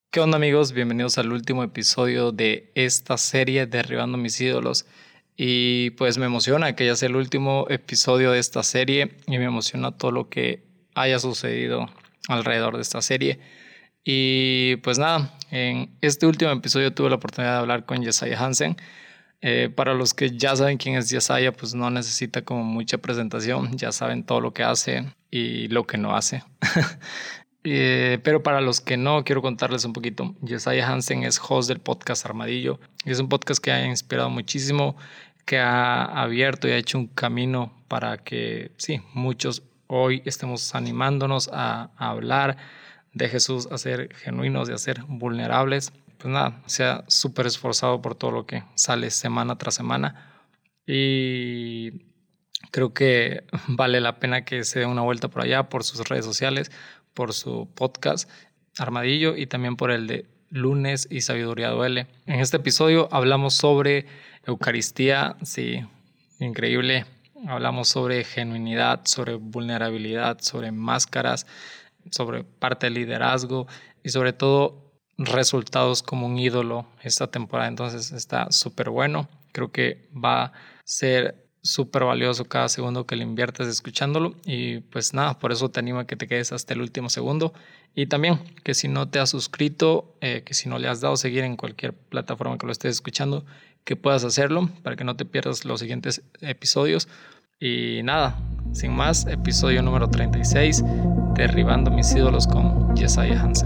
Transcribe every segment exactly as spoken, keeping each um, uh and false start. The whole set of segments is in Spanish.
¿Qué onda amigos? Bienvenidos al último episodio de esta serie Derribando mis ídolos. Y pues me emociona que ya sea el último episodio de esta serie y me emociona todo lo que haya sucedido alrededor de esta serie. Y pues nada, en este último episodio tuve la oportunidad de hablar con Jesiah Hansen. Eh, para los que ya saben quién es Jesiah, pues no necesita como mucha presentación, ya saben todo lo que hace y lo que no hace. Eh, pero para los que no, quiero contarles un poquito. Jesiah Hansen es host del podcast Armadillo. Es un podcast que ha inspirado muchísimo, que ha abierto y ha hecho un camino para que, sí, muchos hoy estemos animándonos a, a hablar de Jesús, a ser genuinos y a ser vulnerables. Pues nada, se ha súper esforzado por todo lo que sale semana tras semana. Y creo que vale la pena que se dé una vuelta por allá, por sus redes sociales, por su podcast Armadillo y también por el de Lunes y Sabiduría Duele. En este episodio hablamos sobre Eucaristía, sí, increíble. Hablamos sobre genuinidad, sobre vulnerabilidad, sobre máscaras, sobre parte del liderazgo y sobre todo resultados como un ídolo esta temporada. Entonces está súper bueno. Creo que va a ser súper valioso cada segundo que le inviertes escuchándolo y pues nada, por eso te animo a que te quedes hasta el último segundo y también que si no te has suscrito, eh, que si no le has dado seguir en cualquier plataforma que lo estés escuchando, que puedas hacerlo para que no te pierdas los siguientes episodios. Y nada, sin más, episodio número treinta y seis, Derribando mis ídolos con Jesiah Hansen.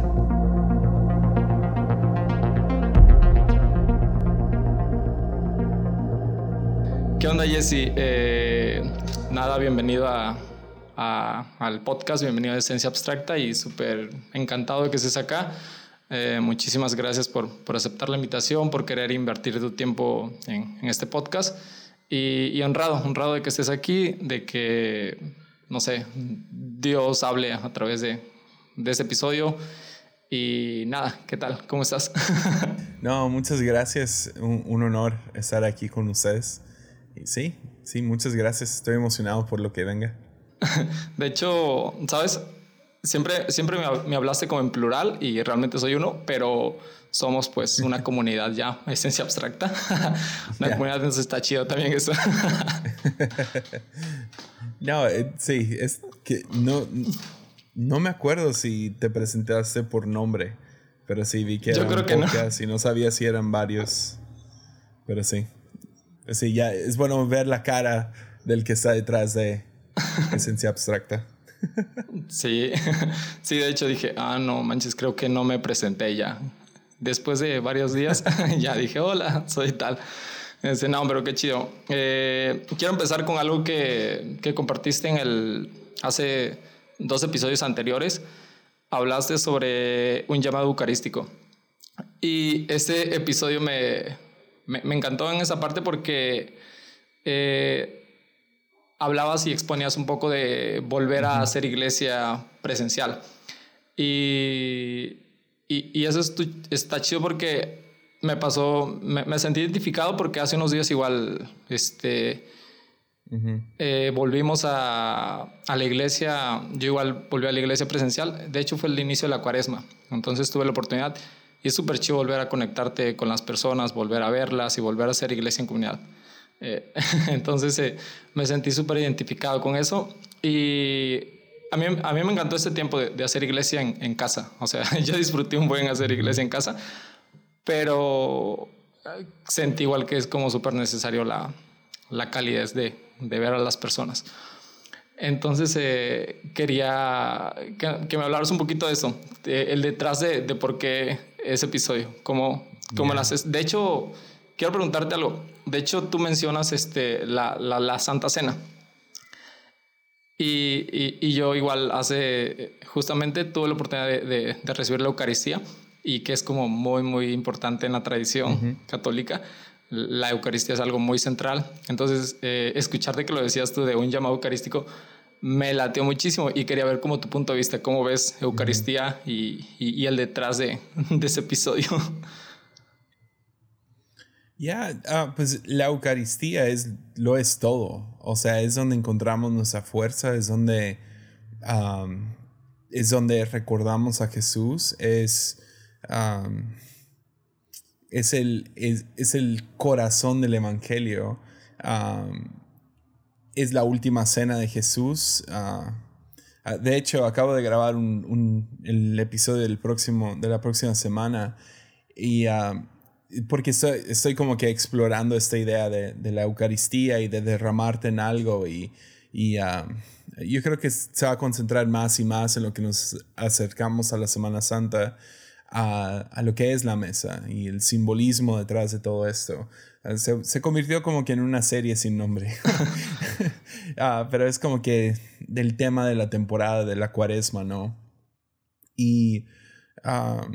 ¿Qué onda, Jesse? Eh, nada, bienvenido a, a, al podcast, bienvenido a Esencia Abstracta y súper encantado de que estés acá. Eh, muchísimas gracias por, por aceptar la invitación, por querer invertir tu tiempo en, en este podcast y, y honrado, honrado de que estés aquí, de que, no sé, Dios hable a través de, de este episodio. Y nada, ¿qué tal? ¿Cómo estás? No, muchas gracias, un, un honor estar aquí con ustedes. Sí, sí, muchas gracias. Estoy emocionado por lo que venga. De hecho, ¿sabes? Siempre, siempre me, me hablaste como en plural y realmente soy uno, pero somos pues una comunidad ya, Esencia Abstracta. Una yeah. comunidad, entonces está chido también eso. No, eh, sí, es que no, no me acuerdo si te presentaste por nombre, pero sí vi que era Yo creo un que podcast no. Y no sabía si eran varios, pero sí. Sí, ya es bueno ver la cara del que está detrás de Esencia Abstracta. Sí, sí, de hecho dije, ah, no manches, creo que no me presenté ya. Después de varios días ya dije, hola, soy tal. Dice, no, pero qué chido. Eh, quiero empezar con algo que, que compartiste en el, hace dos episodios anteriores. Hablaste sobre un llamado eucarístico. Y este episodio me... Me, me encantó en esa parte porque eh, hablabas y exponías un poco de volver a hacer iglesia presencial. Y, y, y eso es tu, está chido porque me pasó, me, me sentí identificado porque hace unos días igual este, uh-huh. eh, volvimos a, a la iglesia, yo igual volví a la iglesia presencial. De hecho fue el inicio de la cuaresma, entonces tuve la oportunidad. Y es súper chido volver a conectarte con las personas, volver a verlas y volver a hacer iglesia en comunidad. Eh, entonces eh, me sentí súper identificado con eso. Y a mí, a mí me encantó este tiempo de, de hacer iglesia en, en casa. O sea, yo disfruté un buen hacer iglesia en casa, pero sentí igual que es como súper necesario la, la calidez de, de ver a las personas. Entonces eh, quería que, que me hablaras un poquito de eso, de, el detrás de, de por qué ese episodio, cómo, cómo yeah. lo haces. De hecho, quiero preguntarte algo. De hecho, tú mencionas este, la, la, la Santa Cena. Y, y, y yo igual hace, justamente tuve la oportunidad de, de, de recibir la Eucaristía y que es como muy, muy importante en la tradición uh-huh. católica. La Eucaristía es algo muy central. Entonces, eh, escucharte que lo decías tú de un llamado eucarístico me lateó muchísimo y quería ver como tu punto de vista, cómo ves Eucaristía mm. y, y, y el detrás de, de ese episodio. Ya, yeah, uh, pues la Eucaristía es, lo es todo. O sea, es donde encontramos nuestra fuerza, es donde, um, es donde recordamos a Jesús, es um, es, el, es, es el corazón del evangelio. Um, es la última cena de Jesús. Uh, uh, de hecho, acabo de grabar un, un, el episodio del próximo, de la próxima semana y uh, porque estoy, estoy como que explorando esta idea de, de la Eucaristía y de derramarte en algo y, y uh, yo creo que se va a concentrar más y más en lo que nos acercamos a la Semana Santa, a, a lo que es la mesa y el simbolismo detrás de todo esto. Se, se convirtió como que en una serie sin nombre. uh, pero es como que del tema de la temporada de la Cuaresma, ¿no? Y uh,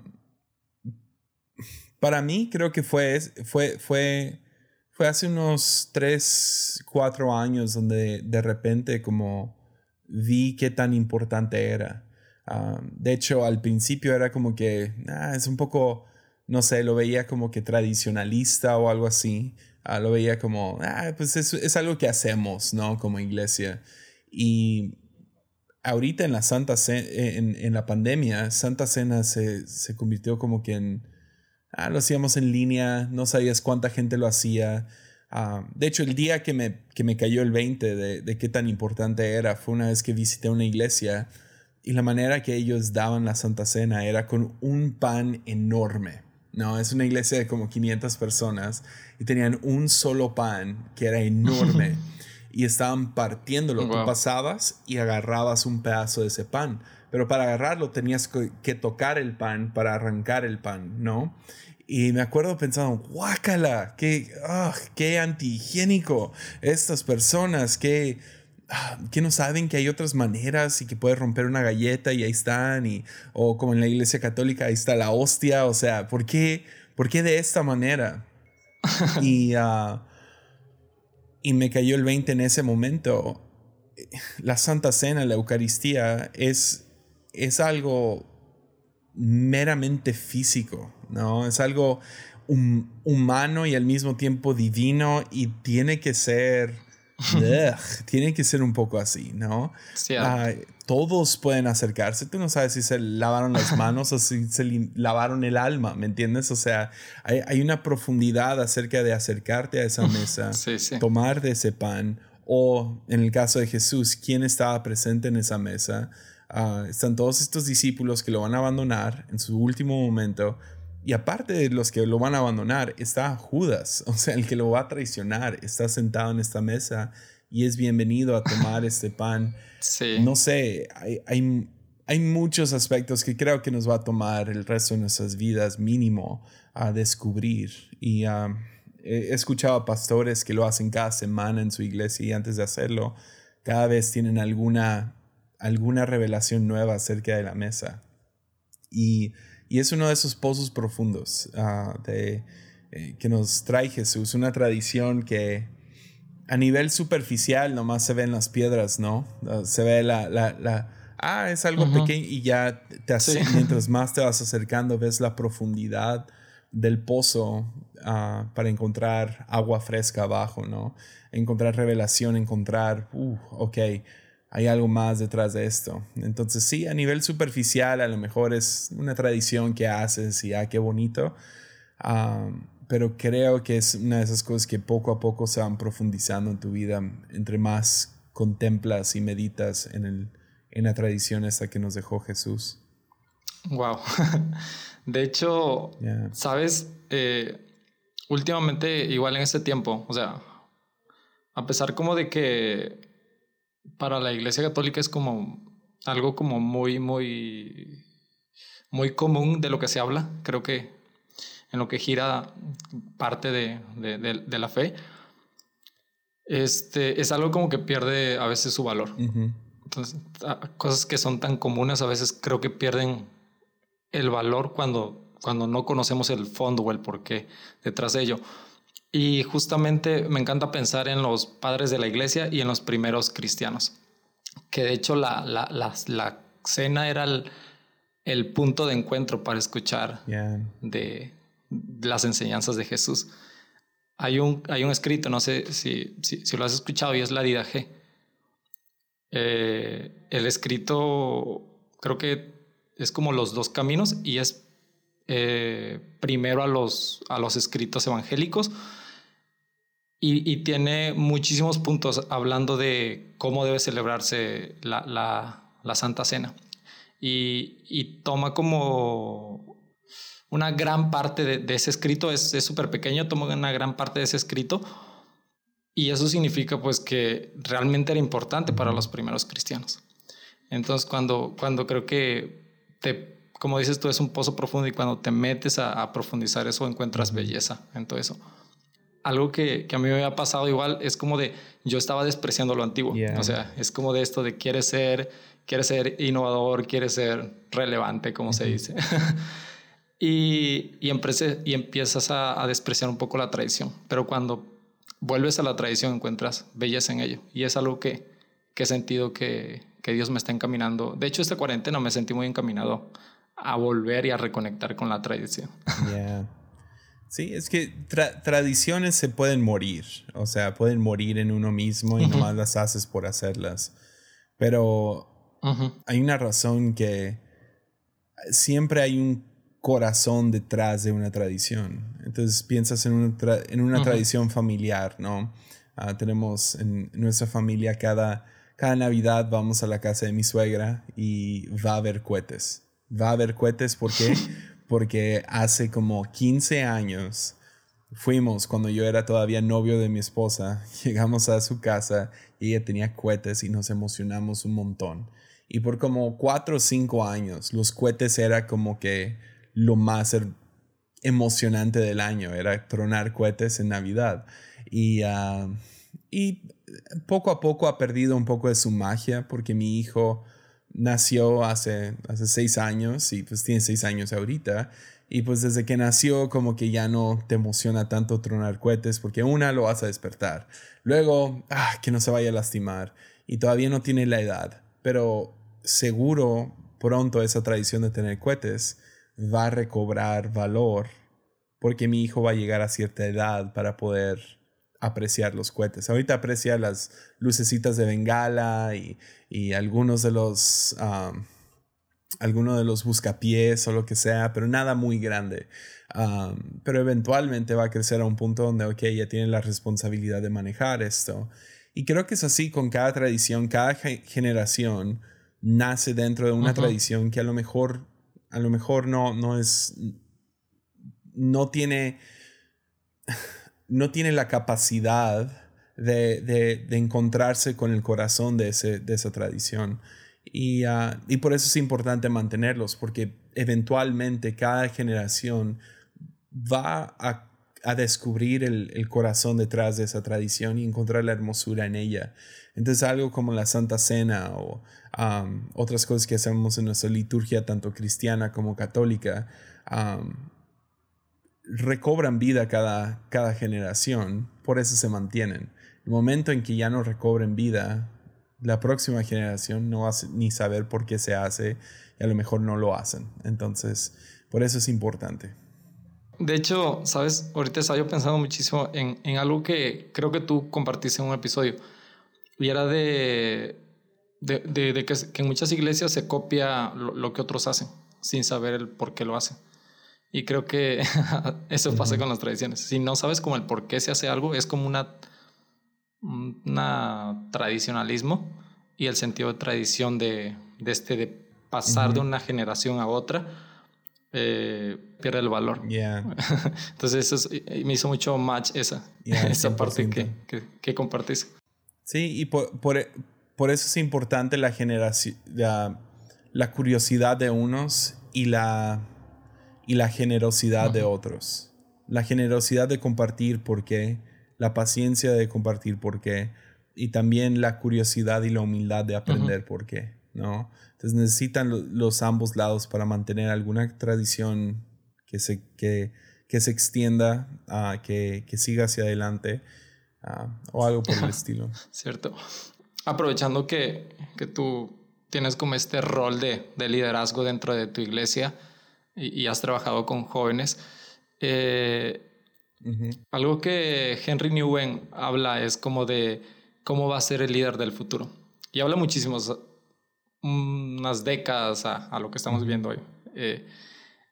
para mí creo que fue, fue, fue, fue hace unos tres, cuatro años donde de repente como vi qué tan importante era. Uh, de hecho, al principio era como que ah, es un poco, no sé, lo veía como que tradicionalista o algo así. Uh, lo veía como, ah, pues es, es algo que hacemos, ¿no? Como iglesia. Y ahorita en la Santa Cena, en, en la pandemia, Santa Cena se, se convirtió como que en, ah, lo hacíamos en línea, no sabías cuánta gente lo hacía. Uh, de hecho, el día que me, que me cayó el veinte de, de qué tan importante era fue una vez que visité una iglesia y la manera que ellos daban la Santa Cena era con un pan enorme. No, es una iglesia de como quinientas personas y tenían un solo pan que era enorme y estaban partiéndolo. Wow. Tú pasabas y agarrabas un pedazo de ese pan, pero para agarrarlo tenías que tocar el pan para arrancar el pan, ¿no? Y me acuerdo pensando, guácala, qué, oh, qué antihigiénico estas personas, qué, que no saben que hay otras maneras y que puedes romper una galleta y ahí están, y, o como en la iglesia católica, ahí está la hostia, o sea, ¿por qué, por qué de esta manera? y, uh, y me cayó el veinte en ese momento. La Santa Cena, la Eucaristía, es, es algo meramente físico, ¿no? Es algo hum, humano y al mismo tiempo divino y tiene que ser... Ugh, tiene que ser un poco así, ¿no? Sí, uh, todos pueden acercarse. Tú no sabes si se lavaron las manos o si se lavaron el alma, ¿me entiendes? O sea, hay, hay una profundidad acerca de acercarte a esa mesa, sí, sí. tomar de ese pan, o en el caso de Jesús, ¿quién estaba presente en esa mesa? Uh, están todos estos discípulos que lo van a abandonar en su último momento. Y aparte de los que lo van a abandonar, está Judas, o sea, el que lo va a traicionar, está sentado en esta mesa y es bienvenido a tomar este pan. Sí. No sé, hay, hay, hay muchos aspectos que creo que nos va a tomar el resto de nuestras vidas mínimo a descubrir. Y uh, he escuchado a pastores que lo hacen cada semana en su iglesia y antes de hacerlo, cada vez tienen alguna, alguna revelación nueva acerca de la mesa. Y... Y es uno de esos pozos profundos uh, de, eh, que nos trae Jesús, una tradición que a nivel superficial nomás se ven las piedras, ¿no? Uh, se ve la, la, la... Ah, es algo uh-huh. pequeño y ya te sí. mientras más te vas acercando ves la profundidad del pozo uh, para encontrar agua fresca abajo, ¿no? Encontrar revelación, encontrar, uh, ok, hay algo más detrás de esto. Entonces sí, a nivel superficial a lo mejor es una tradición que haces y ah, qué bonito. Um, pero creo que es una de esas cosas que poco a poco se van profundizando en tu vida entre más contemplas y meditas en, el, en la tradición esta que nos dejó Jesús. Wow. De hecho, yeah. ¿sabes? Eh, últimamente, igual en este tiempo, o sea, a pesar como de que para la Iglesia Católica es como algo como muy, muy, muy común de lo que se habla. Creo que en lo que gira parte de, de, de, de la fe. Este, es algo como que pierde a veces su valor. Uh-huh. Entonces, cosas que son tan comunes a veces creo que pierden el valor cuando, cuando no conocemos el fondo o el porqué detrás de ello. Y justamente me encanta pensar en los padres de la iglesia y en los primeros cristianos, que de hecho la, la, la, la cena era el, el punto de encuentro para escuchar yeah. de, de las enseñanzas de Jesús. Hay un, hay un escrito, no sé si, si, si lo has escuchado, y es la Didache. Eh, el escrito creo que es como los dos caminos y es eh, primero a los, a los escritos evangélicos y, y tiene muchísimos puntos hablando de cómo debe celebrarse la, la, la Santa Cena. Y, y toma como una gran parte de, de ese escrito, es súper pequeño, toma una gran parte de ese escrito y eso significa pues que realmente era importante para los primeros cristianos. Entonces cuando, cuando creo que, te, como dices tú, es un pozo profundo y cuando te metes a, a profundizar eso encuentras belleza en todo eso. Algo que, que a mí me había pasado igual es como de, yo estaba despreciando lo antiguo. Yeah. O sea, es como de esto de quieres ser, quieres ser innovador, quieres ser relevante, como uh-huh. se dice. y, y, emprese, y empiezas a, a despreciar un poco la tradición. Pero cuando vuelves a la tradición encuentras belleza en ello. Y es algo que, que he sentido que, que Dios me está encaminando. De hecho, esta cuarentena me sentí muy encaminado a volver y a reconectar con la tradición. Yeah. Sí, es que tra- tradiciones se pueden morir, o sea, pueden morir en uno mismo y uh-huh. nomás las haces por hacerlas. Pero uh-huh. hay una razón que siempre hay un corazón detrás de una tradición. Entonces piensas en una, tra- en una uh-huh. tradición familiar, ¿no? Uh, tenemos en nuestra familia cada, cada Navidad vamos a la casa de mi suegra y va a haber cohetes. Va a haber cohetes, ¿por qué? Porque hace como quince años fuimos, cuando yo era todavía novio de mi esposa, llegamos a su casa y ella tenía cohetes y nos emocionamos un montón. Y por como cuatro o cinco años, los cohetes era como que lo más emocionante del año, era tronar cohetes en Navidad. Y, uh, y poco a poco ha perdido un poco de su magia porque mi hijo nació hace, hace seis años y pues tiene seis años ahorita. Y pues desde que nació como que ya no te emociona tanto tronar cohetes porque una, lo vas a despertar. Luego, ah, que no se vaya a lastimar. Y todavía no tiene la edad. Pero seguro pronto esa tradición de tener cohetes va a recobrar valor porque mi hijo va a llegar a cierta edad para poder apreciar los cohetes. Ahorita aprecia las lucecitas de bengala y, y algunos de los um, algunos de los buscapiés o lo que sea, pero nada muy grande. Um, pero eventualmente va a crecer a un punto donde, ok, ya tiene la responsabilidad de manejar esto. Y creo que es así con cada tradición, cada ge- generación nace dentro de una uh-huh. tradición que a lo mejor, a lo mejor no, no es, no tiene... no tiene la capacidad de, de, de encontrarse con el corazón de, ese, de esa tradición. Y, uh, y por eso es importante mantenerlos, porque eventualmente cada generación va a, a descubrir el, el corazón detrás de esa tradición y encontrar la hermosura en ella. Entonces algo como la Santa Cena o um, otras cosas que hacemos en nuestra liturgia, tanto cristiana como católica, um, recobran vida cada, cada generación, por eso se mantienen. El momento en que ya no recobren vida, la próxima generación no va a ni saber por qué se hace y a lo mejor no lo hacen. Entonces, por eso es importante. De hecho, sabes, ahorita estaba yo pensando muchísimo en, en algo que creo que tú compartiste en un episodio y era de, de, de, de que, que en muchas iglesias se copia lo, lo que otros hacen sin saber el por qué lo hacen. Y creo que eso pasa uh-huh. con las tradiciones. Si no sabes como el por qué se hace algo, es como una, una tradicionalismo y el sentido de tradición de, de, este, de pasar uh-huh. de una generación a otra eh, pierde el valor. Yeah. Entonces eso es, me hizo mucho match esa, yeah, esa parte que, que, que compartís. Sí, y por, por, por eso es importante la generación, la, la curiosidad de unos y la... y la generosidad uh-huh. de otros. La generosidad de compartir por qué, la paciencia de compartir por qué, y también la curiosidad y la humildad de aprender uh-huh. por qué, ¿no? Entonces necesitan lo, los ambos lados para mantener alguna tradición que se, que, que se extienda, uh, que, que siga hacia adelante, uh, o algo por el estilo. Cierto. Aprovechando que, que tú tienes como este rol de, de liderazgo dentro de tu iglesia, y has trabajado con jóvenes. Eh, uh-huh. Algo que Henry Nouwen habla es como de cómo va a ser el líder del futuro. Y habla muchísimos, unas décadas a, a lo que estamos uh-huh. viendo hoy. Eh,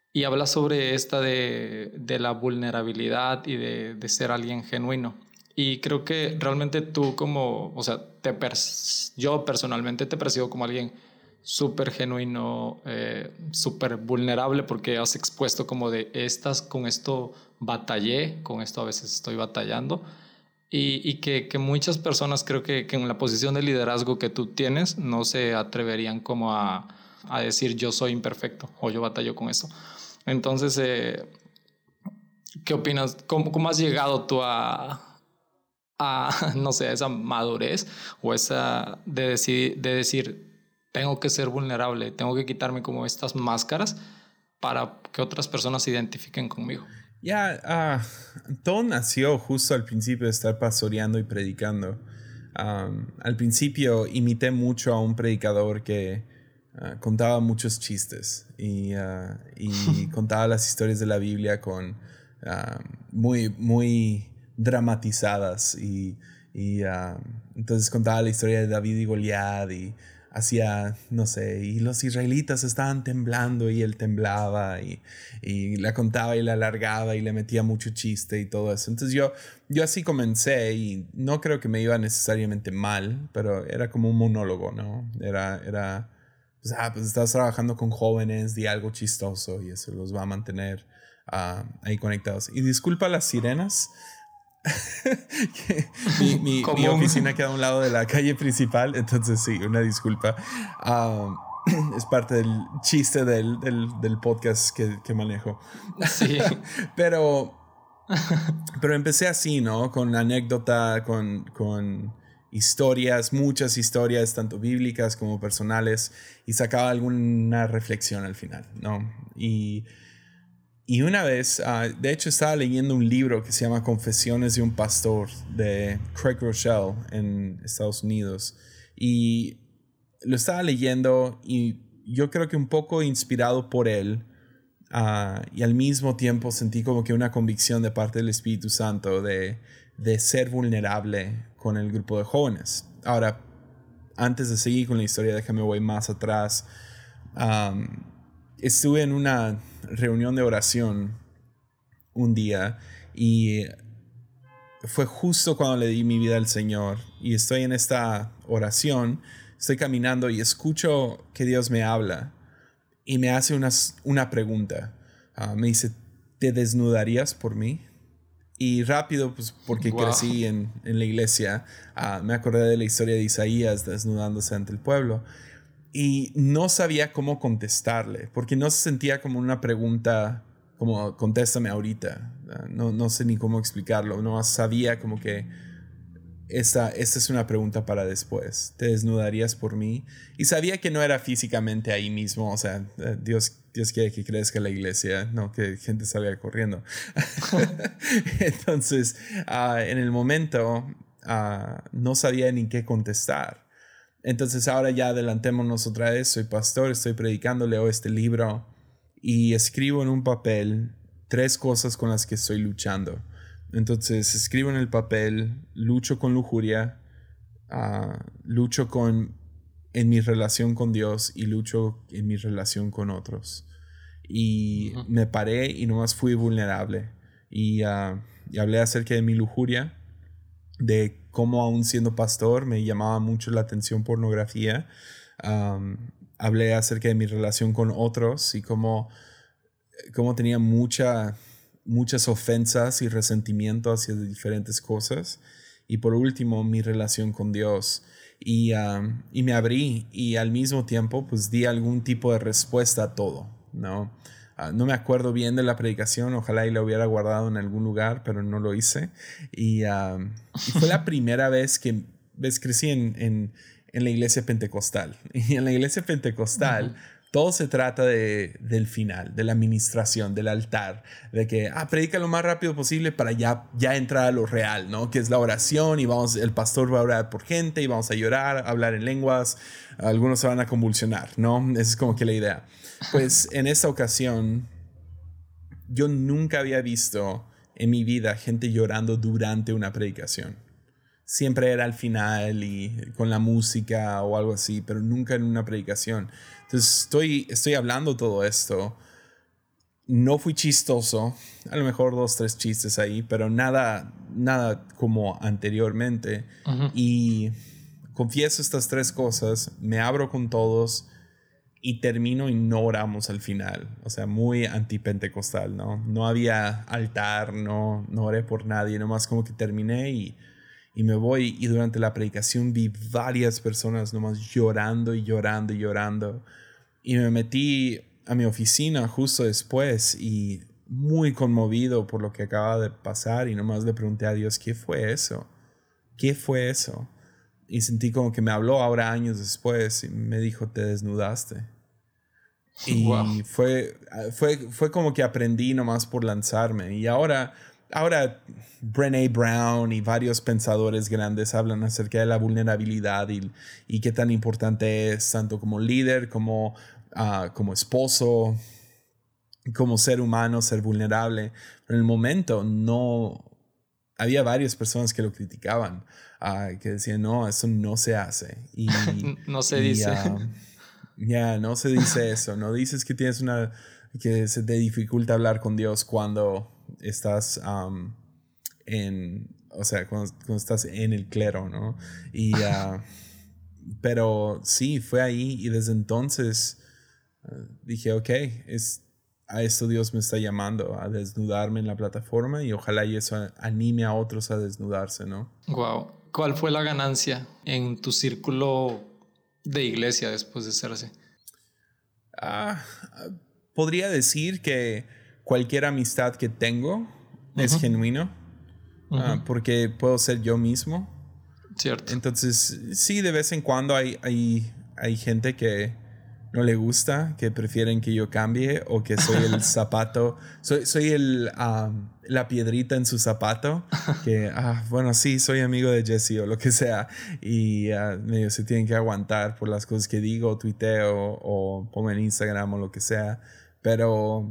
Y habla sobre esta de, de la vulnerabilidad y de, de ser alguien genuino. Y creo que realmente tú como, o sea, te pers yo personalmente te percibo como alguien súper genuino, eh, súper vulnerable porque has expuesto como de estas, con esto batallé, con esto a veces estoy batallando. Y, y que, que muchas personas creo que, que en la posición de liderazgo que tú tienes no se atreverían como a, a decir yo soy imperfecto o yo batallo con eso. Entonces, eh, ¿qué opinas? ¿Cómo, cómo has llegado tú a, a, no sé, a esa madurez o esa de decir, de decir, tengo que ser vulnerable, tengo que quitarme como estas máscaras para que otras personas se identifiquen conmigo? Ya, ah, todo nació justo al principio de estar pastoreando y predicando. Um, al principio imité mucho a un predicador que uh, contaba muchos chistes y, uh, y contaba las historias de la Biblia con uh, muy, muy dramatizadas y, y uh, entonces contaba la historia de David y Goliat y hacía, no sé, y los israelitas estaban temblando y él temblaba y, y la contaba y la alargaba y le metía mucho chiste y todo eso. Entonces yo, yo así comencé y no creo que me iba necesariamente mal, pero era como un monólogo, ¿no? Era, era pues, ah, pues estás trabajando con jóvenes, di algo chistoso y eso los va a mantener uh, ahí conectados. Y disculpa las sirenas. mi, mi, mi oficina queda a un lado de la calle principal, entonces sí, una disculpa. Um, es parte del chiste del, del, del podcast que, que manejo. Sí. pero, pero empecé así, ¿no? Con anécdota, con, con historias, muchas historias, tanto bíblicas como personales, y sacaba alguna reflexión al final, ¿no? Y... Y una vez, uh, de hecho estaba leyendo un libro que se llama Confesiones de un Pastor de Craig Rochelle en Estados Unidos. Y lo estaba leyendo y yo creo que un poco inspirado por él. Uh, y al mismo tiempo sentí como que una convicción de parte del Espíritu Santo de, de ser vulnerable con el grupo de jóvenes. Ahora, antes de seguir con la historia, déjame voy más atrás. Um, estuve en una reunión de oración un día y fue justo cuando le di mi vida al Señor y estoy en esta oración, estoy caminando y escucho que Dios me habla y me hace una, una pregunta. Uh, me dice, ¿te desnudarías por mí? Y rápido, pues porque wow. crecí en, en la iglesia, uh, me acordé de la historia de Isaías desnudándose ante el pueblo. Y no sabía cómo contestarle, porque no se sentía como una pregunta como contéstame ahorita. No, no sé ni cómo explicarlo. No sabía como que esta, esta es una pregunta para después. ¿Te desnudarías por mí? Y sabía que no era físicamente ahí mismo. O sea, Dios, Dios quiere que crezca la iglesia, no que gente salga corriendo. Entonces, uh, en el momento, uh, no sabía ni qué contestar. Entonces ahora ya adelantémonos otra vez, soy pastor, estoy predicando, leo este libro y escribo en un papel tres cosas con las que estoy luchando. Entonces escribo en el papel, lucho con lujuria, uh, lucho con, en mi relación con Dios y lucho en mi relación con otros. Y uh-huh. me paré y nomás fui vulnerable y, uh, y hablé acerca de mi lujuria, de cómo aún siendo pastor me llamaba mucho la atención pornografía. Um, hablé acerca de mi relación con otros y cómo, cómo tenía mucha, muchas ofensas y resentimiento hacia diferentes cosas. Y por último, mi relación con Dios. Y, um, y me abrí y al mismo tiempo pues di algún tipo de respuesta a todo, ¿no? Uh, no me acuerdo bien de la predicación, ojalá y la hubiera guardado en algún lugar, pero no lo hice. Y, uh, y fue la primera vez que, ves, crecí en, en, en la iglesia pentecostal. Y en la iglesia pentecostal, uh-huh. todo se trata de, del final, de la administración, del altar, de que, ah, predica lo más rápido posible para ya, ya entrar a lo real, ¿no? Que es la oración y vamos, el pastor va a orar por gente y vamos a llorar, a hablar en lenguas, algunos se van a convulsionar, ¿no? Esa es como que la idea. Pues en esta ocasión, yo nunca había visto en mi vida gente llorando durante una predicación. Siempre era al final y con la música o algo así, pero nunca en una predicación. Entonces estoy, estoy hablando todo esto no fui chistoso, a lo mejor dos, tres chistes ahí, pero nada, nada como anteriormente. Uh-huh. Y confieso estas tres cosas, me abro con todos y termino y no oramos al final. O sea, muy antipentecostal, ¿no? No había altar, no, no oré por nadie, nomás como que terminé y, y me voy. Y durante la predicación vi varias personas nomás llorando y llorando y llorando. Y me metí a mi oficina justo después y muy conmovido por lo que acaba de pasar y nomás le pregunté a Dios, ¿qué fue eso? ¿Qué fue eso? Y sentí como que me habló ahora años después y me dijo, te desnudaste. Y wow. fue, fue, fue como que aprendí nomás por lanzarme. Y ahora, ahora Brené Brown y varios pensadores grandes hablan acerca de la vulnerabilidad y, y qué tan importante es tanto como líder, como, uh, como esposo, como ser humano, ser vulnerable. Pero en el momento no... Había varias personas que lo criticaban, uh, que decían, no, eso no se hace. Y, no se y, dice. Uh, ya, yeah, no se dice eso. No dices que tienes una... que se te dificulta hablar con Dios cuando estás um, en... O sea, cuando, cuando estás en el clero, ¿no? Y... Uh, pero sí, fue ahí y desde entonces uh, dije, ok, es... a esto Dios me está llamando, a desnudarme en la plataforma y ojalá y eso anime a otros a desnudarse, ¿no? Wow. ¿Cuál fue la ganancia en tu círculo de iglesia después de ser así? Ah, podría decir que cualquier amistad que tengo uh-huh. es genuino, uh-huh. uh, porque puedo ser yo mismo. Cierto. Entonces, sí, de vez en cuando hay, hay, hay gente que no le gusta, que prefieren que yo cambie o que soy el zapato, soy, soy el, um, la piedrita en su zapato, que, ah, bueno, sí, soy amigo de Jesse o lo que sea, y uh, medio se tienen que aguantar por las cosas que digo, tuiteo o pongo en Instagram o lo que sea, pero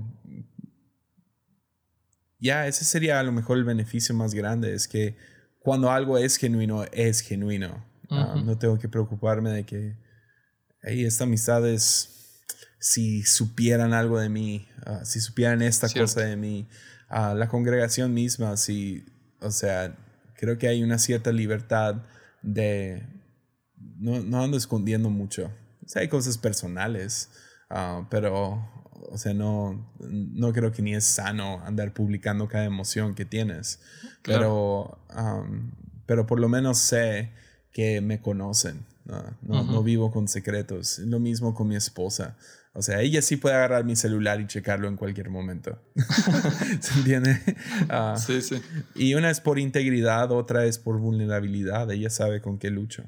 ya, yeah, ese sería a lo mejor el beneficio más grande, es que cuando algo es genuino, es genuino. Uh-huh. uh, no tengo que preocuparme de que hey, esta amistad es, si supieran algo de mí, uh, si supieran esta Cierto. cosa de mí, uh, la congregación misma, si, o sea, creo que hay una cierta libertad de, no, no ando escondiendo mucho. O sea, hay cosas personales, uh, pero, o sea, no, no creo que ni es sano andar publicando cada emoción que tienes. Claro. Pero, um, pero por lo menos sé que me conocen. No, no, uh-huh. no vivo con secretos. Lo mismo con mi esposa. O sea, ella sí puede agarrar mi celular y checarlo en cualquier momento. ¿Se entiende? Uh, sí, sí. Y una es por integridad, otra es por vulnerabilidad. Ella sabe con qué lucho.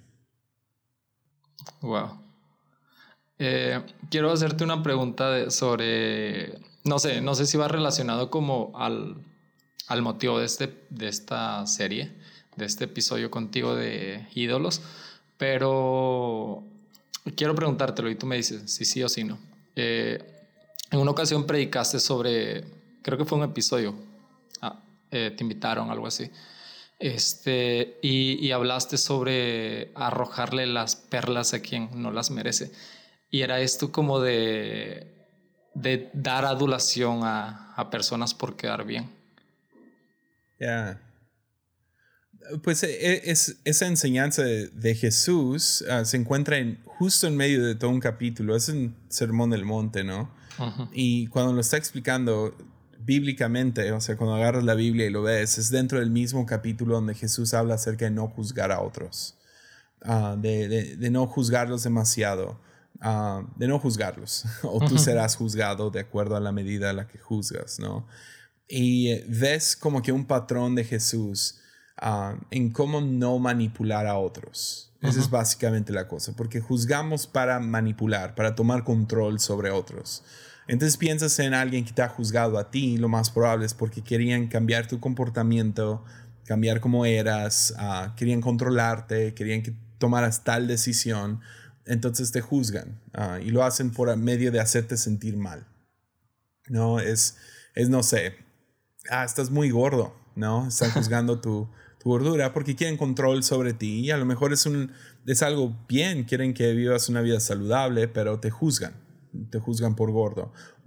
Wow. Eh, quiero hacerte una pregunta de, sobre... No sé, no sé si va relacionado como al, al motivo de, este, de esta serie, de este episodio contigo de ídolos. Pero quiero preguntártelo y tú me dices si sí o si no. Eh, en una ocasión predicaste sobre, creo que fue un episodio, ah, eh, te invitaron, algo así, este, y, y hablaste sobre arrojarle las perlas a quien no las merece. Y era esto como de, de dar adulación a, a personas por quedar bien. Ya. Yeah. Pues es, esa enseñanza de, de Jesús uh, se encuentra en, justo en medio de todo un capítulo. Es un sermón del monte, ¿no? Uh-huh. Y cuando lo está explicando bíblicamente, o sea, cuando agarras la Biblia y lo ves, es dentro del mismo capítulo donde Jesús habla acerca de no juzgar a otros, uh, de, de, de no juzgarlos demasiado, uh, de no juzgarlos, o tú uh-huh. serás juzgado de acuerdo a la medida a la que juzgas, ¿no? Y ves como que un patrón de Jesús Uh, en cómo no manipular a otros. Uh-huh. Esa es básicamente la cosa, porque juzgamos para manipular, para tomar control sobre otros. Entonces piensas en alguien que te ha juzgado a ti, lo más probable es porque querían cambiar tu comportamiento, cambiar cómo eras, uh, querían controlarte, querían que tomaras tal decisión, entonces te juzgan uh, y lo hacen por medio de hacerte sentir mal. No, es, es no sé, ah, estás muy gordo, ¿no? Están juzgando tu tu gordura porque quieren control sobre ti y a lo mejor es, un, es algo bien, quieren que vivas una vida saludable, pero te juzgan, te juzgan por gordo.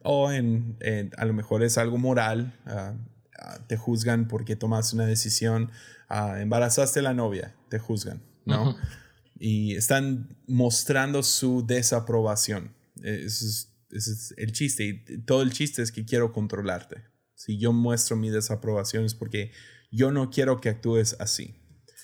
O en, en, a lo mejor es algo moral. Uh, uh, te juzgan porque tomaste una decisión. Uh, embarazaste a la novia. Te juzgan, ¿no? Uh-huh. Y están mostrando su desaprobación. Ese es, ese es el chiste. Y todo el chiste es que quiero controlarte. Si yo muestro mi desaprobación es porque yo no quiero que actúes así.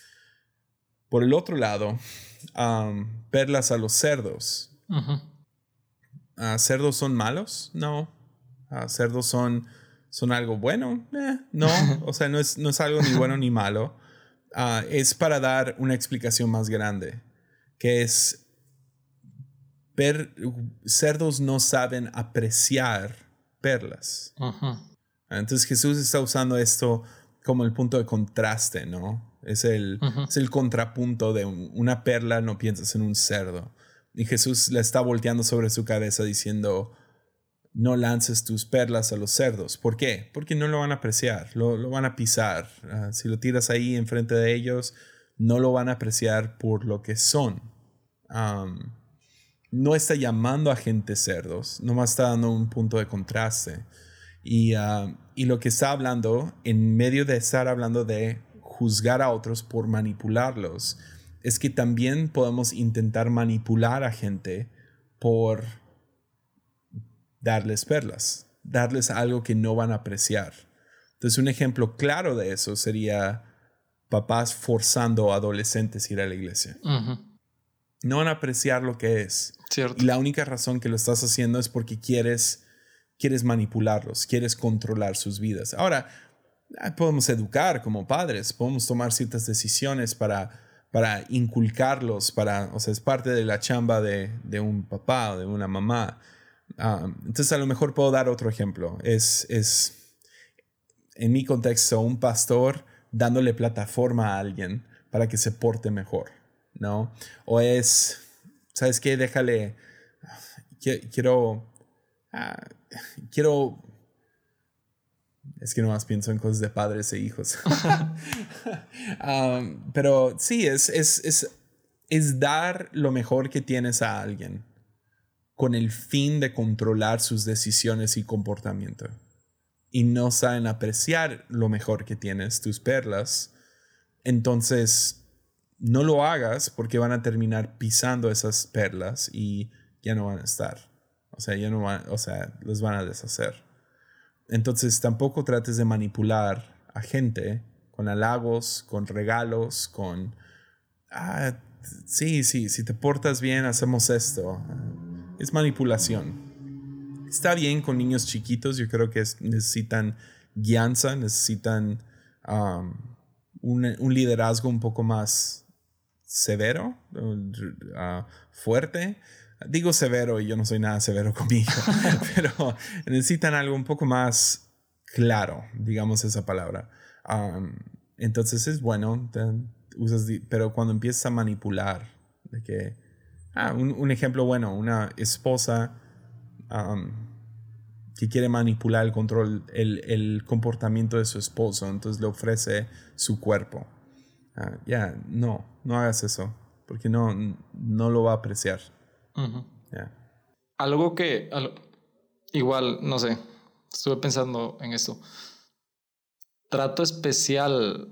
Por el otro lado, um, perlas a los cerdos. Uh-huh. Uh, ¿Cerdos son malos? No. Uh, ¿Cerdos son, son algo bueno? Eh, no. O sea, no es, no es algo ni bueno ni malo. Uh, es para dar una explicación más grande, que es per, cerdos no saben apreciar perlas. Uh-huh. Entonces Jesús está usando esto como el punto de contraste, ¿no? Es el, uh-huh. es el contrapunto de un, una perla, no piensas en un cerdo. Y Jesús la está volteando sobre su cabeza diciendo, no lances tus perlas a los cerdos. ¿Por qué? Porque no lo van a apreciar, lo, lo van a pisar. Uh, si lo tiras ahí enfrente de ellos, no lo van a apreciar por lo que son. Um, no está llamando a gente cerdos, nomás está dando un punto de contraste. Y, uh, y lo que está hablando, en medio de estar hablando de juzgar a otros por manipularlos, es que también podemos intentar manipular a gente por darles perlas, darles algo que no van a apreciar. Entonces, un ejemplo claro de eso sería papás forzando a adolescentes a ir a la iglesia. Uh-huh. No van a apreciar lo que es. Cierto. Y la única razón que lo estás haciendo es porque quieres, quieres manipularlos, quieres controlar sus vidas. Ahora, podemos educar como padres, podemos tomar ciertas decisiones para, para inculcarlos, para, o sea, es parte de la chamba de, de un papá o de una mamá. Um, entonces, a lo mejor puedo dar otro ejemplo. Es, es, en mi contexto, un pastor dándole plataforma a alguien para que se porte mejor, ¿no? O es, ¿sabes qué? Déjale, quiero, uh, quiero, es que nomás pienso en cosas de padres e hijos. um, pero sí, es, es, es, es dar lo mejor que tienes a alguien con el fin de controlar sus decisiones y comportamiento. Y no saben apreciar lo mejor que tienes, tus perlas. Entonces, no lo hagas porque van a terminar pisando esas perlas y ya no van a estar. O sea, ya no van, o sea, los van a deshacer. Entonces, tampoco trates de manipular a gente con halagos, con regalos, con... Ah, sí, sí, si te portas bien, hacemos esto. Es manipulación. Está bien con niños chiquitos. Yo creo que es, necesitan guianza, necesitan um, un, un liderazgo un poco más severo, uh, fuerte. Digo severo y yo no soy nada severo conmigo, pero necesitan algo un poco más claro, digamos esa palabra. Um, entonces es bueno, te, usas, pero cuando empiezas a manipular, de que Ah, un, un ejemplo bueno, una esposa um, que quiere manipular el control, el, el comportamiento de su esposo, entonces le ofrece su cuerpo. Uh, ya, yeah, no, no hagas eso, porque no, no lo va a apreciar. Uh-huh. Yeah. Algo que, al, igual, no sé, estuve pensando en esto. Trato especial,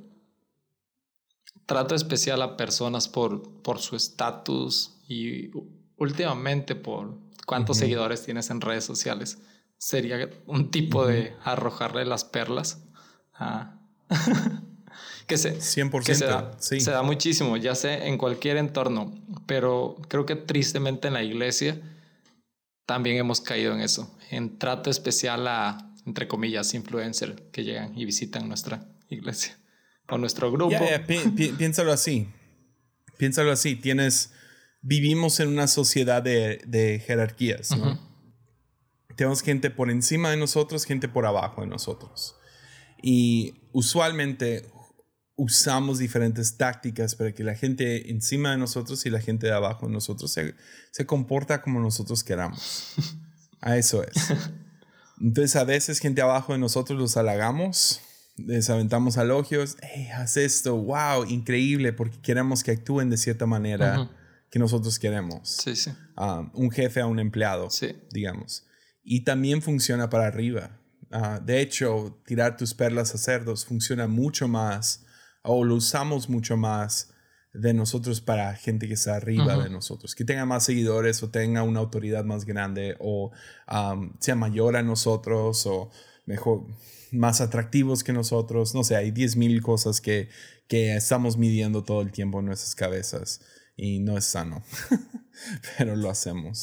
trato especial a personas por, por su estatus. Y últimamente por cuántos uh-huh. seguidores tienes en redes sociales, sería un tipo uh-huh. de arrojarle las perlas. Ah. que, se, cien por ciento, que se da, sí. se da muchísimo, ya sé, en cualquier entorno, pero creo que tristemente en la iglesia también hemos caído en eso, en trato especial a, entre comillas, influencers que llegan y visitan nuestra iglesia o nuestro grupo. Yeah, yeah. Pi- pi- piénsalo así, piénsalo así, tienes... Vivimos en una sociedad de, de jerarquías, ¿no? Uh-huh. Tenemos gente por encima de nosotros, gente por abajo de nosotros. Y usualmente usamos diferentes tácticas para que la gente encima de nosotros y la gente de abajo de nosotros se, se comporta como nosotros queramos. A eso es. Entonces, a veces gente abajo de nosotros los halagamos, les aventamos elogios. Hey, haz esto, wow, increíble, porque queremos que actúen de cierta manera. Uh-huh. Que nosotros queremos. Sí, sí. Um, un jefe a un empleado, sí. digamos. Y también funciona para arriba. Uh, de hecho, tirar tus perlas a cerdos funciona mucho más, o lo usamos mucho más de nosotros para gente que está arriba uh-huh. de nosotros, que tenga más seguidores o tenga una autoridad más grande o um, sea mayor a nosotros o mejor, más atractivos que nosotros. No sé, hay diez mil cosas que, que estamos midiendo todo el tiempo en nuestras cabezas y no es sano, pero lo hacemos.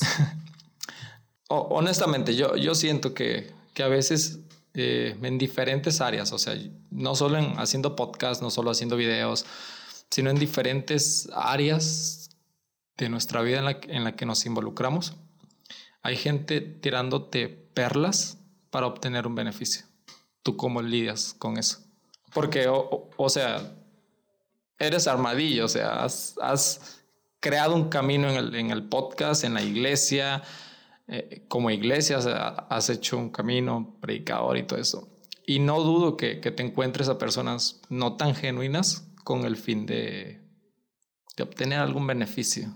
Honestamente, yo, yo siento que, que a veces eh, en diferentes áreas, o sea, no solo en haciendo podcast, no solo haciendo videos, sino en diferentes áreas de nuestra vida en la, en la que nos involucramos, hay gente tirándote perlas para obtener un beneficio. ¿Tú cómo lidias con eso? Porque, o, o sea, eres armadillo, o sea, has, has creado un camino en el, en el podcast, en la iglesia, eh, como iglesia, o sea, has hecho un camino, predicador y todo eso. Y no dudo que, que te encuentres a personas no tan genuinas con el fin de, de obtener algún beneficio.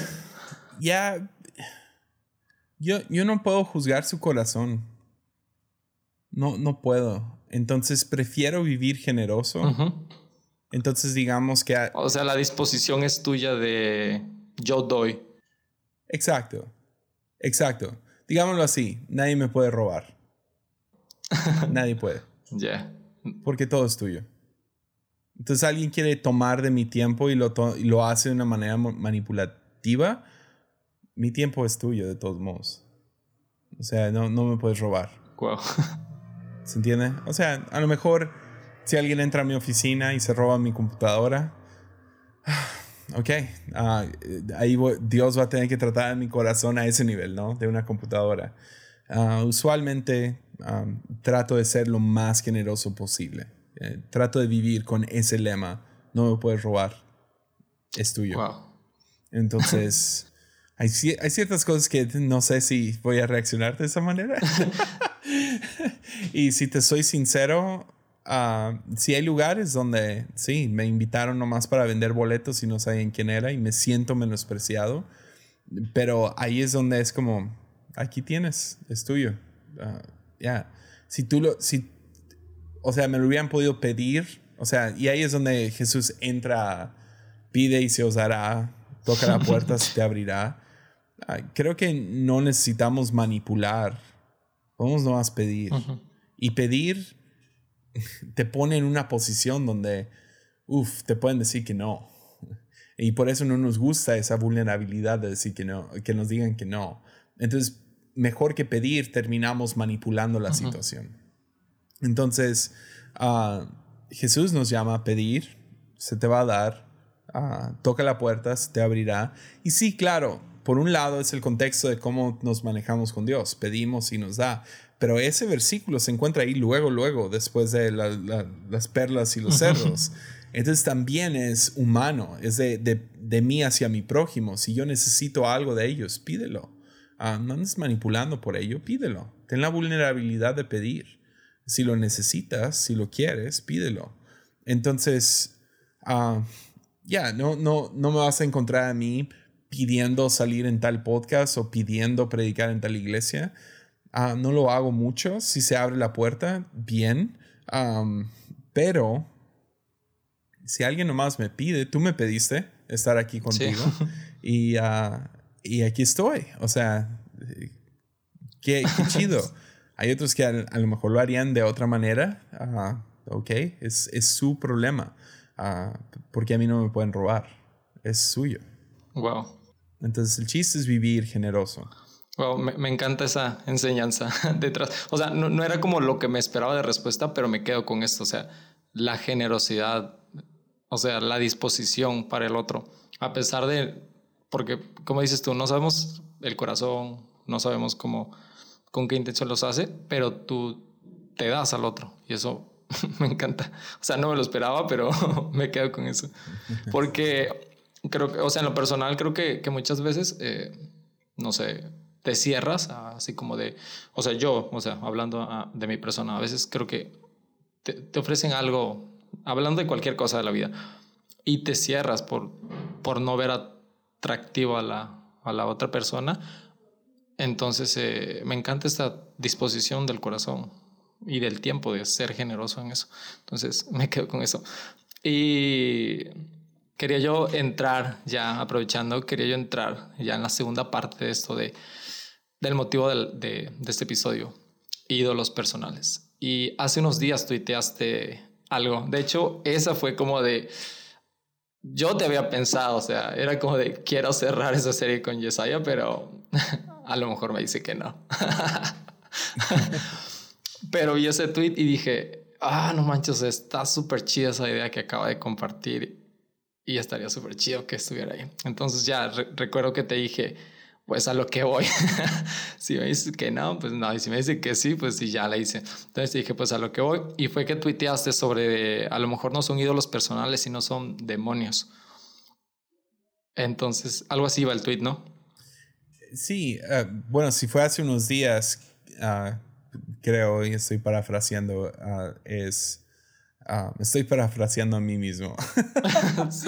Ya, yo, yo no puedo juzgar su corazón. No, no puedo. Entonces prefiero vivir generoso. Uh-huh. Entonces digamos que... O sea, la disposición es tuya de yo doy. Exacto. Exacto. Digámoslo así, nadie me puede robar. Nadie puede. Ya. Yeah. Porque todo es tuyo. Entonces alguien quiere tomar de mi tiempo y lo, to- y lo hace de una manera manipulativa. Mi tiempo es tuyo de todos modos. O sea, no, no me puedes robar. Wow. ¿Se entiende? O sea, a lo mejor si alguien entra a mi oficina y se roba mi computadora, ok, uh, ahí voy, Dios va a tener que tratar mi corazón a ese nivel, ¿no? De una computadora. Uh, usualmente um, trato de ser lo más generoso posible. Eh, trato de vivir con ese lema: no me puedes robar, es tuyo. Wow. Entonces, hay, hay ciertas cosas que no sé si voy a reaccionar de esa manera. Y si te soy sincero, uh, sí hay lugares donde sí, me invitaron nomás para vender boletos y no sabían quién era y me siento menospreciado. Pero ahí es donde es como, aquí tienes, es tuyo. Uh, ya, yeah. Si tú lo... Si, O sea, me lo hubieran podido pedir. O sea, y ahí es donde Jesús entra, pide y se os dará, toca la puerta, se te abrirá. Creo que no necesitamos manipular. Podemos nomás pedir. Uh-huh. Y pedir te pone en una posición donde, uff, te pueden decir que no. Y por eso no nos gusta esa vulnerabilidad de decir que no, que nos digan que no. Entonces, mejor que pedir, terminamos manipulando la uh-huh. situación. Entonces, uh, Jesús nos llama a pedir, se te va a dar, uh, toca la puerta, se te abrirá. Y sí, claro, por un lado es el contexto de cómo nos manejamos con Dios, pedimos y nos da. Pero ese versículo se encuentra ahí luego, luego, después de la, la, las perlas y los cerdos. Entonces también es humano, es de, de, de mí hacia mi prójimo. Si yo necesito algo de ellos, pídelo. Uh, no andes manipulando por ello, pídelo. Ten la vulnerabilidad de pedir. Si lo necesitas, si lo quieres, pídelo. Entonces, uh, ya, yeah, no, no, no me vas a encontrar a mí pidiendo salir en tal podcast o pidiendo predicar en tal iglesia. Uh, no lo hago mucho. Si se abre la puerta, bien. Um, pero si alguien nomás me pide, tú me pediste estar aquí contigo. Sí. y, uh, y aquí estoy. O sea, qué, qué chido. Hay otros que a, a lo mejor lo harían de otra manera. Uh, ok, es, es su problema. Uh, porque a mí no me pueden robar. Es suyo. Wow. Entonces el chiste es vivir generoso. Wow, me, me encanta esa enseñanza detrás. O sea, no, no era como lo que me esperaba de respuesta, pero me quedo con esto. O sea, la generosidad, o sea, la disposición para el otro. A pesar de, porque como dices tú, no sabemos el corazón, no sabemos cómo, con qué intención los hace, pero tú te das al otro y eso me encanta. O sea, no me lo esperaba, pero me quedo con eso. Porque creo que, o sea, en lo personal creo que, que muchas veces, eh, no sé, te cierras, así como de, o sea, yo, o sea, hablando a, de mi persona, a veces creo que te, te ofrecen algo, hablando de cualquier cosa de la vida, y te cierras por, por no ver atractivo a la, a la otra persona. Entonces, eh, me encanta esta disposición del corazón y del tiempo de ser generoso en eso. Entonces, me quedo con eso. Y quería yo entrar ya, aprovechando, quería yo entrar ya en la segunda parte de esto de, del motivo del, de, de este episodio, ídolos personales. Y hace unos días tuiteaste algo. De hecho, esa fue como de... Yo te había pensado, o sea, era como de quiero cerrar esa serie con Yesaya, pero a lo mejor me dice que no. Pero vi ese tweet y dije, ah, no manches, está súper chida esa idea que acaba de compartir y estaría súper chido que estuviera ahí. Entonces ya re recuerdo que te dije, pues a lo que voy. Si me dices que no, pues no. Y si me dice que sí, pues sí, ya la hice. Entonces dije, pues a lo que voy. Y fue que tuiteaste sobre, a lo mejor no son ídolos personales, sino son demonios. Entonces, algo así va el tweet, ¿no? Sí, uh, bueno, si fue hace unos días, uh, creo, y estoy parafraseando, uh, es... Uh, estoy parafraseando a mí mismo. Sí.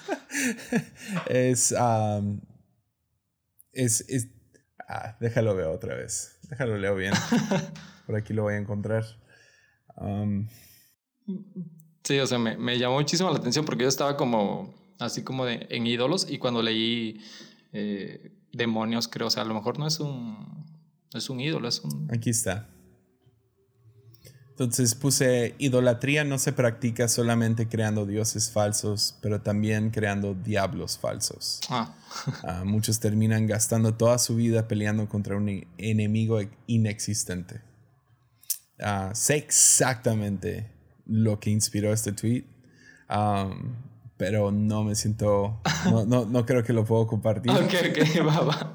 es, um, es... Es... Ah, déjalo ver otra vez. Déjalo leo bien. Por aquí lo voy a encontrar. Um, sí, o sea, me, me llamó muchísimo la atención porque yo estaba como... Así como de, en ídolos. Y cuando leí... Eh, demonios, creo. O sea, a lo mejor no es un... No es un ídolo, es un... Aquí está. Entonces puse, idolatría no se practica solamente creando dioses falsos, pero también creando diablos falsos. Ah. uh, muchos terminan gastando toda su vida peleando contra un enemigo inexistente. Uh, sé exactamente lo que inspiró este tweet, um, pero no me siento, no, no, no creo que lo puedo compartir. Ok, ok, va, va.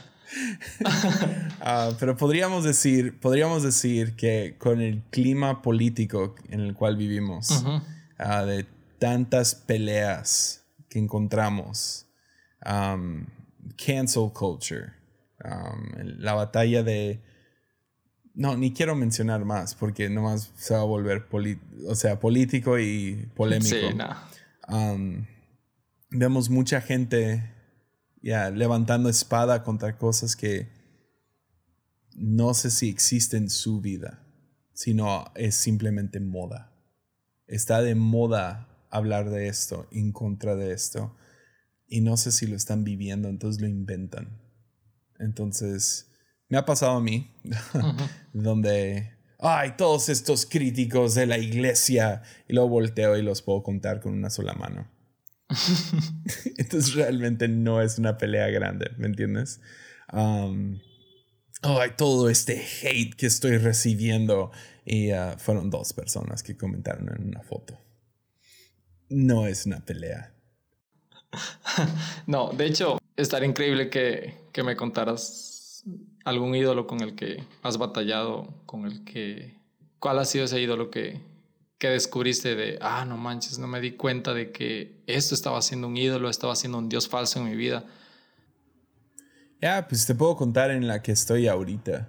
uh, pero podríamos decir, podríamos decir que con el clima político en el cual vivimos, uh-huh. uh, de tantas peleas que encontramos, um, cancel culture, um, la batalla de... No, ni quiero mencionar más porque nomás se va a volver o sea, político y polémico. Sí, no. um, vemos mucha gente... Ya, yeah, levantando espada contra cosas que no sé si existen en su vida, sino es simplemente moda. Está de moda hablar de esto, en contra de esto, y no sé si lo están viviendo, entonces lo inventan. Entonces, me ha pasado a mí, uh-huh. donde, ay, todos estos críticos de la iglesia, y luego volteo y los puedo contar con una sola mano. Entonces realmente no es una pelea grande, ¿me entiendes? Um, oh, hay todo este hate que estoy recibiendo y uh, fueron dos personas que comentaron en una foto. No es una pelea. No, de hecho, estaría increíble que, que me contaras algún ídolo con el que has batallado, con el que... ¿Cuál ha sido ese ídolo que... que descubriste de, ah, no manches, no me di cuenta de que esto estaba siendo un ídolo, estaba siendo un dios falso en mi vida? Ya, yeah, pues te puedo contar en la que estoy ahorita.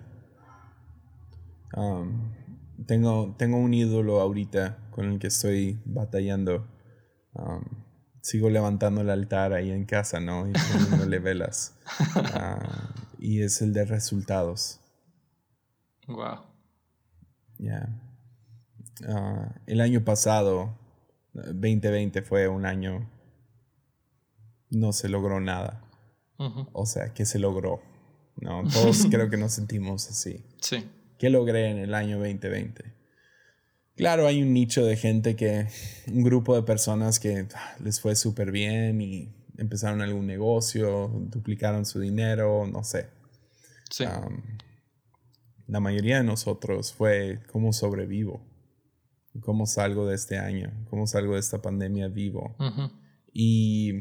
Um, tengo, tengo un ídolo ahorita con el que estoy batallando. Um, sigo levantando el altar ahí en casa, ¿no? Y poniéndole velas. Uh, y es el de resultados. Wow. Ya. Yeah. Uh, el año pasado, veinte veinte, fue un año, no se logró nada. Uh-huh. O sea, ¿qué se logró? No, todos creo que nos sentimos así. Sí. ¿Qué logré en el año veinte veinte? Claro, hay un nicho de gente que, un grupo de personas que les fue súper bien y empezaron algún negocio, duplicaron su dinero, no sé. Sí. Um, la mayoría de nosotros fue cómo sobrevivo. ¿Cómo salgo de este año? ¿Cómo salgo de esta pandemia vivo? Uh-huh. Y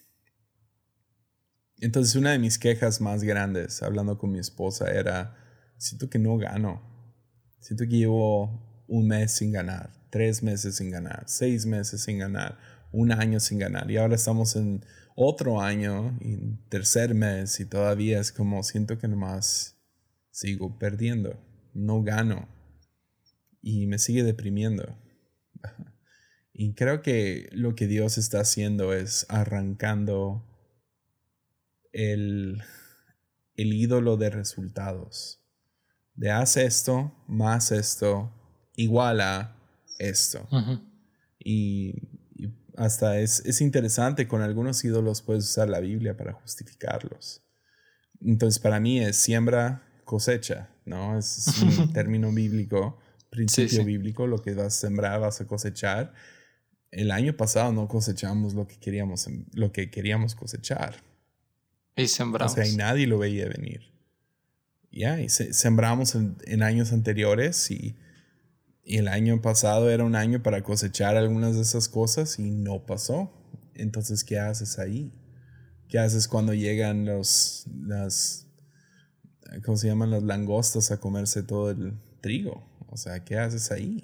entonces una de mis quejas más grandes, hablando con mi esposa, era, siento que no gano. Siento que llevo un mes sin ganar, tres meses sin ganar, seis meses sin ganar, un año sin ganar. Y ahora estamos en otro año, y tercer mes, y todavía es como, siento que nomás sigo perdiendo. No gano. Y me sigue deprimiendo. Y creo que lo que Dios está haciendo es arrancando el, el ídolo de resultados. De haz esto, más esto, igual a esto. Uh-huh. Y, y hasta es, es interesante, con algunos ídolos puedes usar la Biblia para justificarlos. Entonces para mí es siembra, cosecha, ¿no? Es, es un término bíblico, principio sí, sí. bíblico, lo que vas a sembrar vas a cosechar. El año pasado no cosechamos lo que queríamos, lo que queríamos cosechar. Y sembramos. O sea, y nadie lo veía venir. Ya, yeah, y se, sembramos en, en años anteriores y, y el año pasado era un año para cosechar algunas de esas cosas y no pasó. Entonces, ¿qué haces ahí? ¿Qué haces cuando llegan los, las, ¿cómo se llaman? Las langostas a comerse todo el trigo. O sea, ¿qué haces ahí?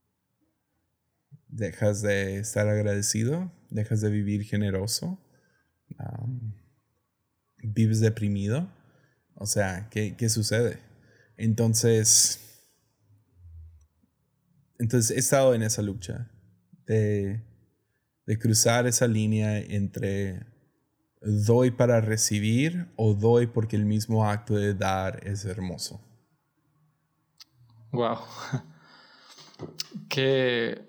¿Dejas de estar agradecido? ¿Dejas de vivir generoso? Um, ¿Vives deprimido? O sea, ¿qué, qué sucede? Entonces, entonces he estado en esa lucha de, de cruzar esa línea entre doy para recibir o doy porque el mismo acto de dar es hermoso. Wow. ¿Qué,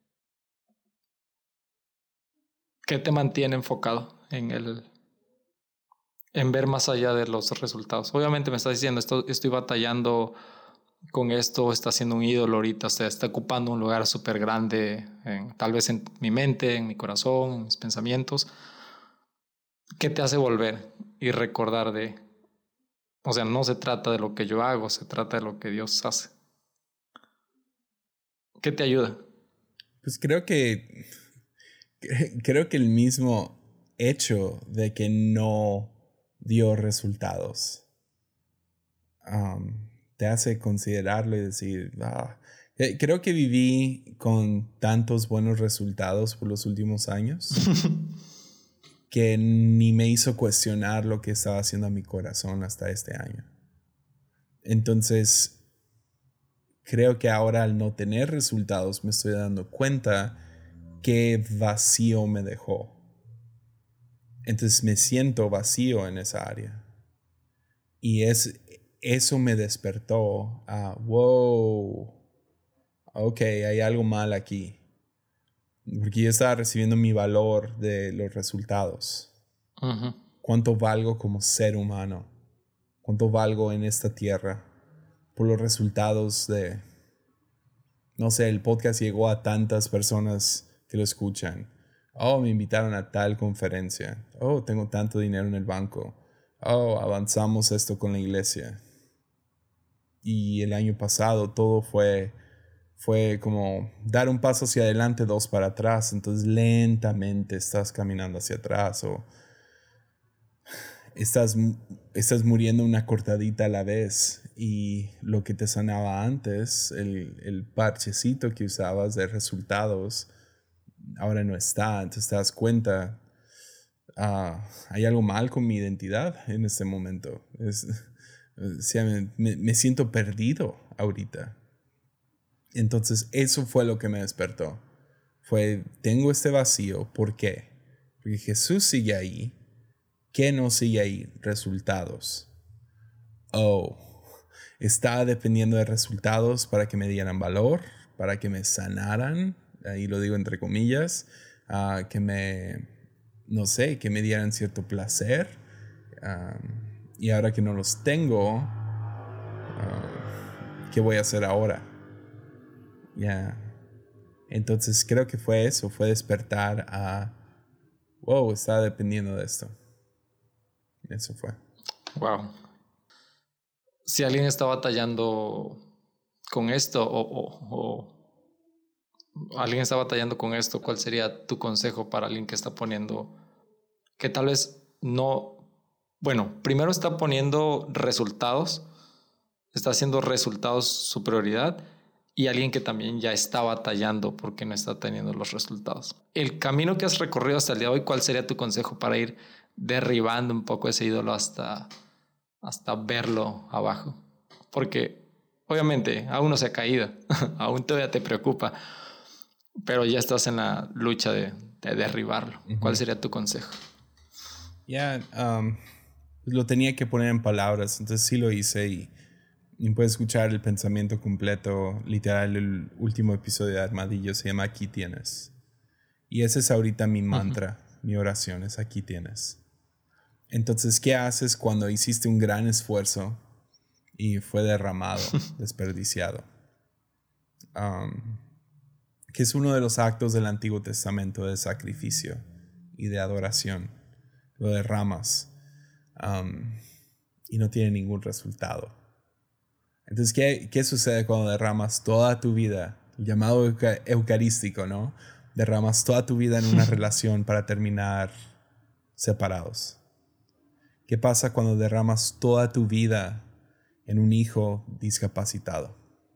¿Qué te mantiene enfocado en el en ver más allá de los resultados? Obviamente me estás diciendo, esto, estoy batallando con esto, está siendo un ídolo ahorita, o sea, está ocupando un lugar súper grande, en, tal vez en mi mente, en mi corazón, en mis pensamientos. ¿Qué te hace volver y recordar de, o sea, no se trata de lo que yo hago, se trata de lo que Dios hace? ¿Qué te ayuda? Pues creo que creo que el mismo hecho de que no dio resultados um, te hace considerarlo y decir, ah, creo que viví con tantos buenos resultados por los últimos años que ni me hizo cuestionar lo que estaba haciendo a mi corazón hasta este año. Entonces, creo que ahora al no tener resultados me estoy dando cuenta qué vacío me dejó. Entonces me siento vacío en esa área. Y es, eso me despertó a, wow, ok, hay algo mal aquí. Porque yo estaba recibiendo mi valor de los resultados. Uh-huh. ¿Cuánto valgo como ser humano? ¿Cuánto valgo en esta tierra? Por los resultados de, no sé, el podcast llegó a tantas personas que lo escuchan. Oh, me invitaron a tal conferencia. Oh, tengo tanto dinero en el banco. Oh, avanzamos esto con la iglesia. Y el año pasado todo fue, fue como dar un paso hacia adelante, dos para atrás. Entonces lentamente estás caminando hacia atrás o estás, estás muriendo una cortadita a la vez. Y lo que te sanaba antes, el, el parchecito que usabas de resultados, ahora no está. Entonces te das cuenta, uh, hay algo mal con mi identidad en este momento. Es, o sea, me, me siento perdido ahorita. Entonces eso fue lo que me despertó. Fue, tengo este vacío. ¿Por qué? Porque Jesús sigue ahí. ¿Qué no sigue ahí? Resultados. Oh, estaba dependiendo de resultados para que me dieran valor, para que me sanaran, ahí lo digo entre comillas, uh, que me, no sé, que me dieran cierto placer. Um, y ahora que no los tengo, uh, ¿qué voy a hacer ahora? Ya. Yeah. Entonces creo que fue eso, fue despertar a, wow, estaba dependiendo de esto. Eso fue. Wow. Si alguien está batallando con esto o, o, o alguien está batallando con esto, ¿cuál sería tu consejo para alguien que está poniendo, que tal vez no, bueno, primero está poniendo resultados, está haciendo resultados su prioridad, y alguien que también ya está batallando porque no está teniendo los resultados? El camino que has recorrido hasta el día de hoy, ¿cuál sería tu consejo para ir derribando un poco ese ídolo hasta, hasta verlo abajo? Porque obviamente aún no se ha caído, aún todavía te preocupa, pero ya estás en la lucha de, de derribarlo. Uh-huh. ¿Cuál sería tu consejo? Ya, yeah, um, pues lo tenía que poner en palabras. Entonces sí lo hice y, y puedes escuchar el pensamiento completo, literal, el último episodio de Armadillo se llama Aquí tienes. Y ese es ahorita mi mantra, uh-huh. mi oración es aquí tienes. Entonces, ¿qué haces cuando hiciste un gran esfuerzo y fue derramado, desperdiciado? Um, que es uno de los actos del Antiguo Testamento de sacrificio y de adoración. Lo derramas um, y no tiene ningún resultado. Entonces, ¿qué, qué sucede cuando derramas toda tu vida? El llamado euca- eucarístico, ¿no? Derramas toda tu vida en una relación para terminar separados. ¿Qué pasa cuando derramas toda tu vida en un hijo discapacitado?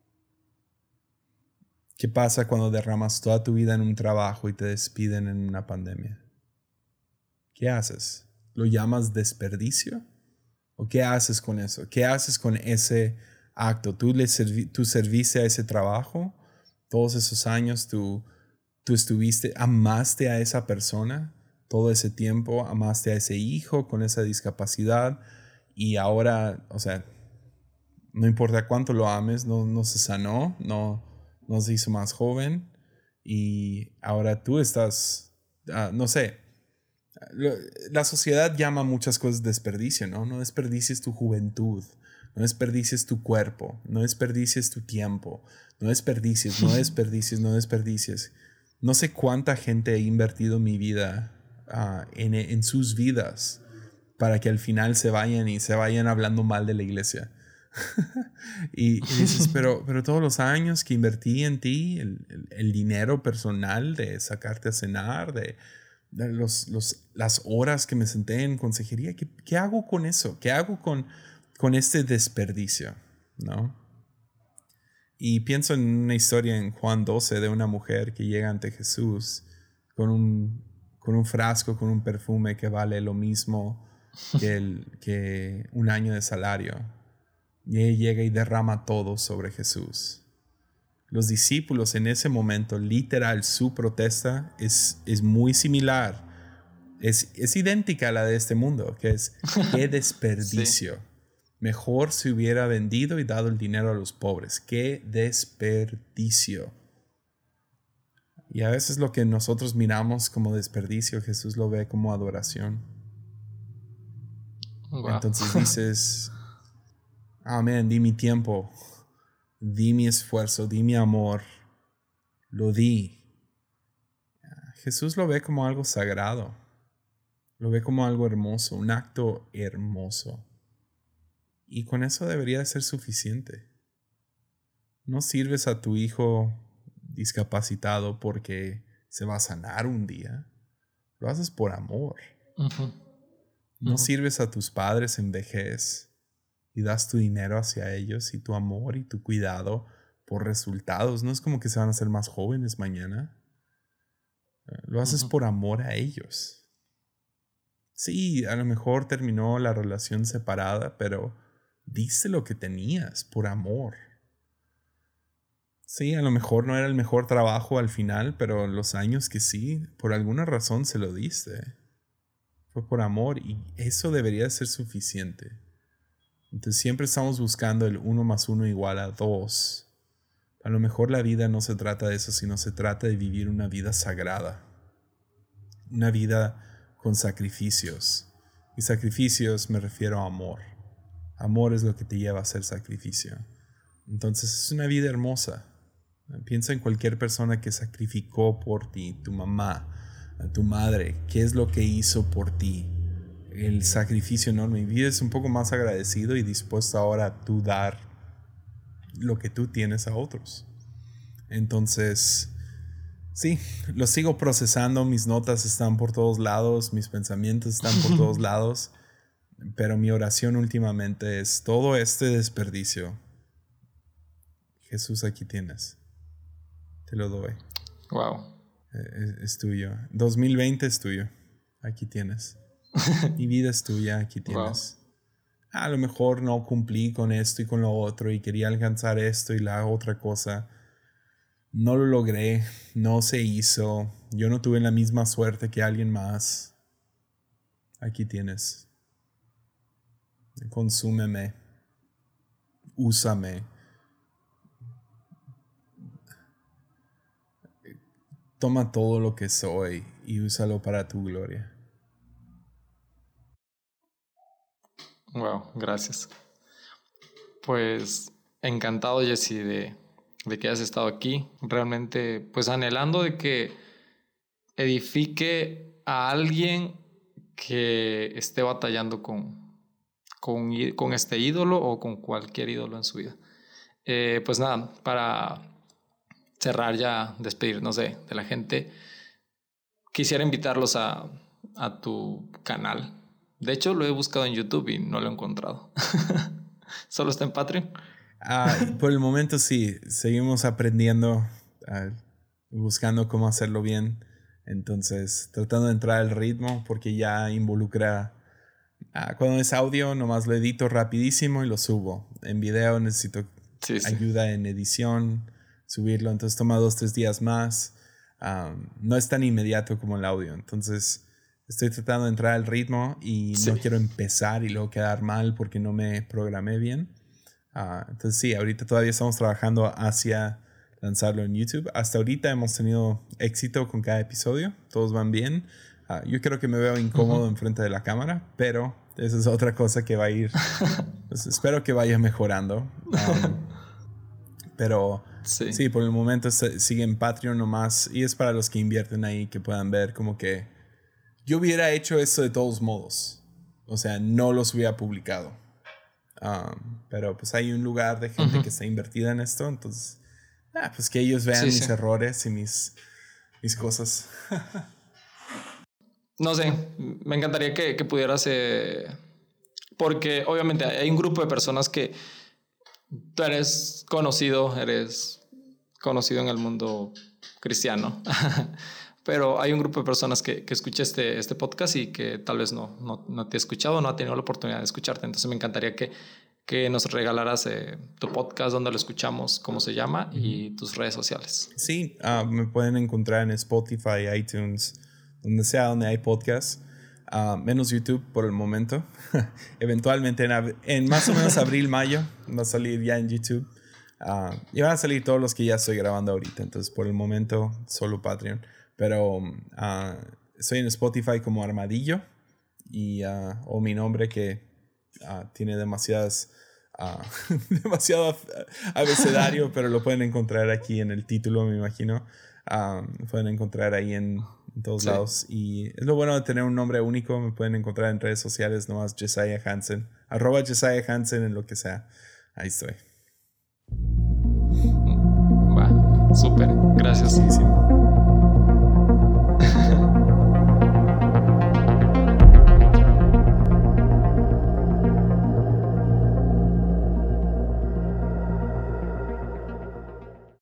¿Qué pasa cuando derramas toda tu vida en un trabajo y te despiden en una pandemia? ¿Qué haces? ¿Lo llamas desperdicio? ¿O qué haces con eso? ¿Qué haces con ese acto? ¿Tú, le servi- tú serviste a ese trabajo? Todos esos años tú, tú estuviste, amaste a esa persona todo ese tiempo, amaste a ese hijo con esa discapacidad y ahora, o sea, no importa cuánto lo ames, no, no se sanó, no, no se hizo más joven y ahora tú estás, uh, no sé, la sociedad llama muchas cosas desperdicio, ¿no? No desperdicies tu juventud, no desperdicies tu cuerpo, no desperdicies tu tiempo, no desperdicies, no desperdicies, no desperdicies. No sé cuánta gente ha invertido mi vida uh, en, en sus vidas para que al final se vayan y se vayan hablando mal de la iglesia. y, y dices, pero, pero todos los años que invertí en ti, el, el, el dinero personal de sacarte a cenar, de, de los, los, las horas que me senté en consejería, ¿qué, qué hago con eso? ¿Qué hago con, con este desperdicio? ¿No? Y pienso en una historia en Juan doce de una mujer que llega ante Jesús con un, con un frasco, con un perfume que vale lo mismo que, el, que un año de salario. Y ella llega y derrama todo sobre Jesús. Los discípulos en ese momento, literal, su protesta es, es muy similar. Es, es idéntica a la de este mundo, que es, qué desperdicio. Sí. Mejor se hubiera vendido y dado el dinero a los pobres. ¡Qué desperdicio! Y a veces lo que nosotros miramos como desperdicio, Jesús lo ve como adoración. Wow. Entonces dices, amén, di mi tiempo, di mi esfuerzo, di mi amor, lo di. Jesús lo ve como algo sagrado, lo ve como algo hermoso, un acto hermoso. Y con eso debería de ser suficiente. No sirves a tu hijo discapacitado porque se va a sanar un día. Lo haces por amor. Uh-huh. No uh-huh. sirves a tus padres en vejez y das tu dinero hacia ellos y tu amor y tu cuidado por resultados. No es como que se van a hacer más jóvenes mañana. Lo haces uh-huh. por amor a ellos. Sí, a lo mejor terminó la relación separada, pero diste lo que tenías por amor. Sí, a lo mejor no era el mejor trabajo al final, pero los años que sí, por alguna razón se lo diste. Fue por amor y eso debería ser suficiente. Entonces siempre estamos buscando el uno más uno igual a dos. A lo mejor la vida no se trata de eso, sino se trata de vivir una vida sagrada. Una vida con sacrificios. Y sacrificios me refiero a amor. Amor es lo que te lleva a hacer sacrificio. Entonces es una vida hermosa. Piensa en cualquier persona que sacrificó por ti, tu mamá, tu madre, qué es lo que hizo por ti. El sacrificio enorme. Y vives un poco más agradecido y dispuesto ahora a tú dar lo que tú tienes a otros. Entonces, sí, lo sigo procesando. Mis notas están por todos lados, mis pensamientos están por todos lados. Pero mi oración últimamente es todo este desperdicio. Jesús, aquí tienes. Te lo doy. Wow. Es, es tuyo. dos mil veinte es tuyo. Aquí tienes. Mi vida es tuya. Aquí tienes. Wow. A lo mejor no cumplí con esto y con lo otro y quería alcanzar esto y la otra cosa. No lo logré. No se hizo. Yo no tuve la misma suerte que alguien más. Aquí tienes. consúmeme, úsame. Toma todo lo que soy y úsalo para tu gloria. Wow, gracias. Pues encantado, Jesse, de, de que hayas estado aquí. Realmente, pues anhelando de que edifique a alguien que esté batallando con, con, con este ídolo o con cualquier ídolo en su vida. Eh, pues nada, para cerrar ya, despedirnos de, de la gente, quisiera invitarlos a, a tu canal. De hecho, lo he buscado en YouTube y no lo he encontrado. ¿Solo está en Patreon? Ah, por el momento sí, seguimos aprendiendo, uh, buscando cómo hacerlo bien. Entonces, tratando de entrar al ritmo porque ya involucra... Uh, cuando es audio, nomás lo edito rapidísimo y lo subo. En video necesito sí, sí. ayuda en edición, subirlo. Entonces toma dos, tres días más. Um, no es tan inmediato como el audio. Entonces... Estoy tratando de entrar al ritmo y sí. no quiero empezar y luego quedar mal porque no me programé bien. Uh, entonces sí, ahorita todavía estamos trabajando hacia lanzarlo en YouTube. Hasta ahorita hemos tenido éxito con cada episodio. Todos van bien. Uh, yo creo que me veo incómodo uh-huh. enfrente de la cámara, pero esa es otra cosa que va a ir. Pues espero que vaya mejorando. Um, pero sí. sí, por el momento sigue en Patreon nomás. Y es para los que invierten ahí que puedan ver como que yo hubiera hecho eso de todos modos. O sea, no los hubiera publicado. Um, pero pues hay un lugar de gente uh-huh. que está invertida en esto. Entonces, ah, pues que ellos vean sí, mis sí. errores y mis, mis cosas. No sé, me encantaría que, que pudieras... Eh, porque obviamente hay un grupo de personas que tú eres conocido, eres conocido en el mundo cristiano. Pero hay un grupo de personas que, que escucha este, este podcast y que tal vez no, no, no te ha escuchado, no ha tenido la oportunidad de escucharte. Entonces me encantaría que, que nos regalaras eh, tu podcast, donde lo escuchamos, cómo se llama, y tus redes sociales. Sí, uh, me pueden encontrar en Spotify, iTunes, donde sea donde hay podcasts. Uh, menos YouTube por el momento. Eventualmente en, ab- en más o menos abril, mayo va a salir ya en YouTube. Uh, y van a salir todos los que ya estoy grabando ahorita. Entonces por el momento solo Patreon. Pero uh, estoy en Spotify como Armadillo y, uh, o mi nombre que uh, tiene demasiadas uh, demasiado abecedario, pero lo pueden encontrar aquí en el título, me imagino. Um, pueden encontrar ahí en, en todos sí. lados. Y es lo bueno de tener un nombre único. Me pueden encontrar en redes sociales nomás Jesiah Hansen, arroba Jesiah Hansen en lo que sea. Ahí estoy. Va, súper, gracias. Sí, sí.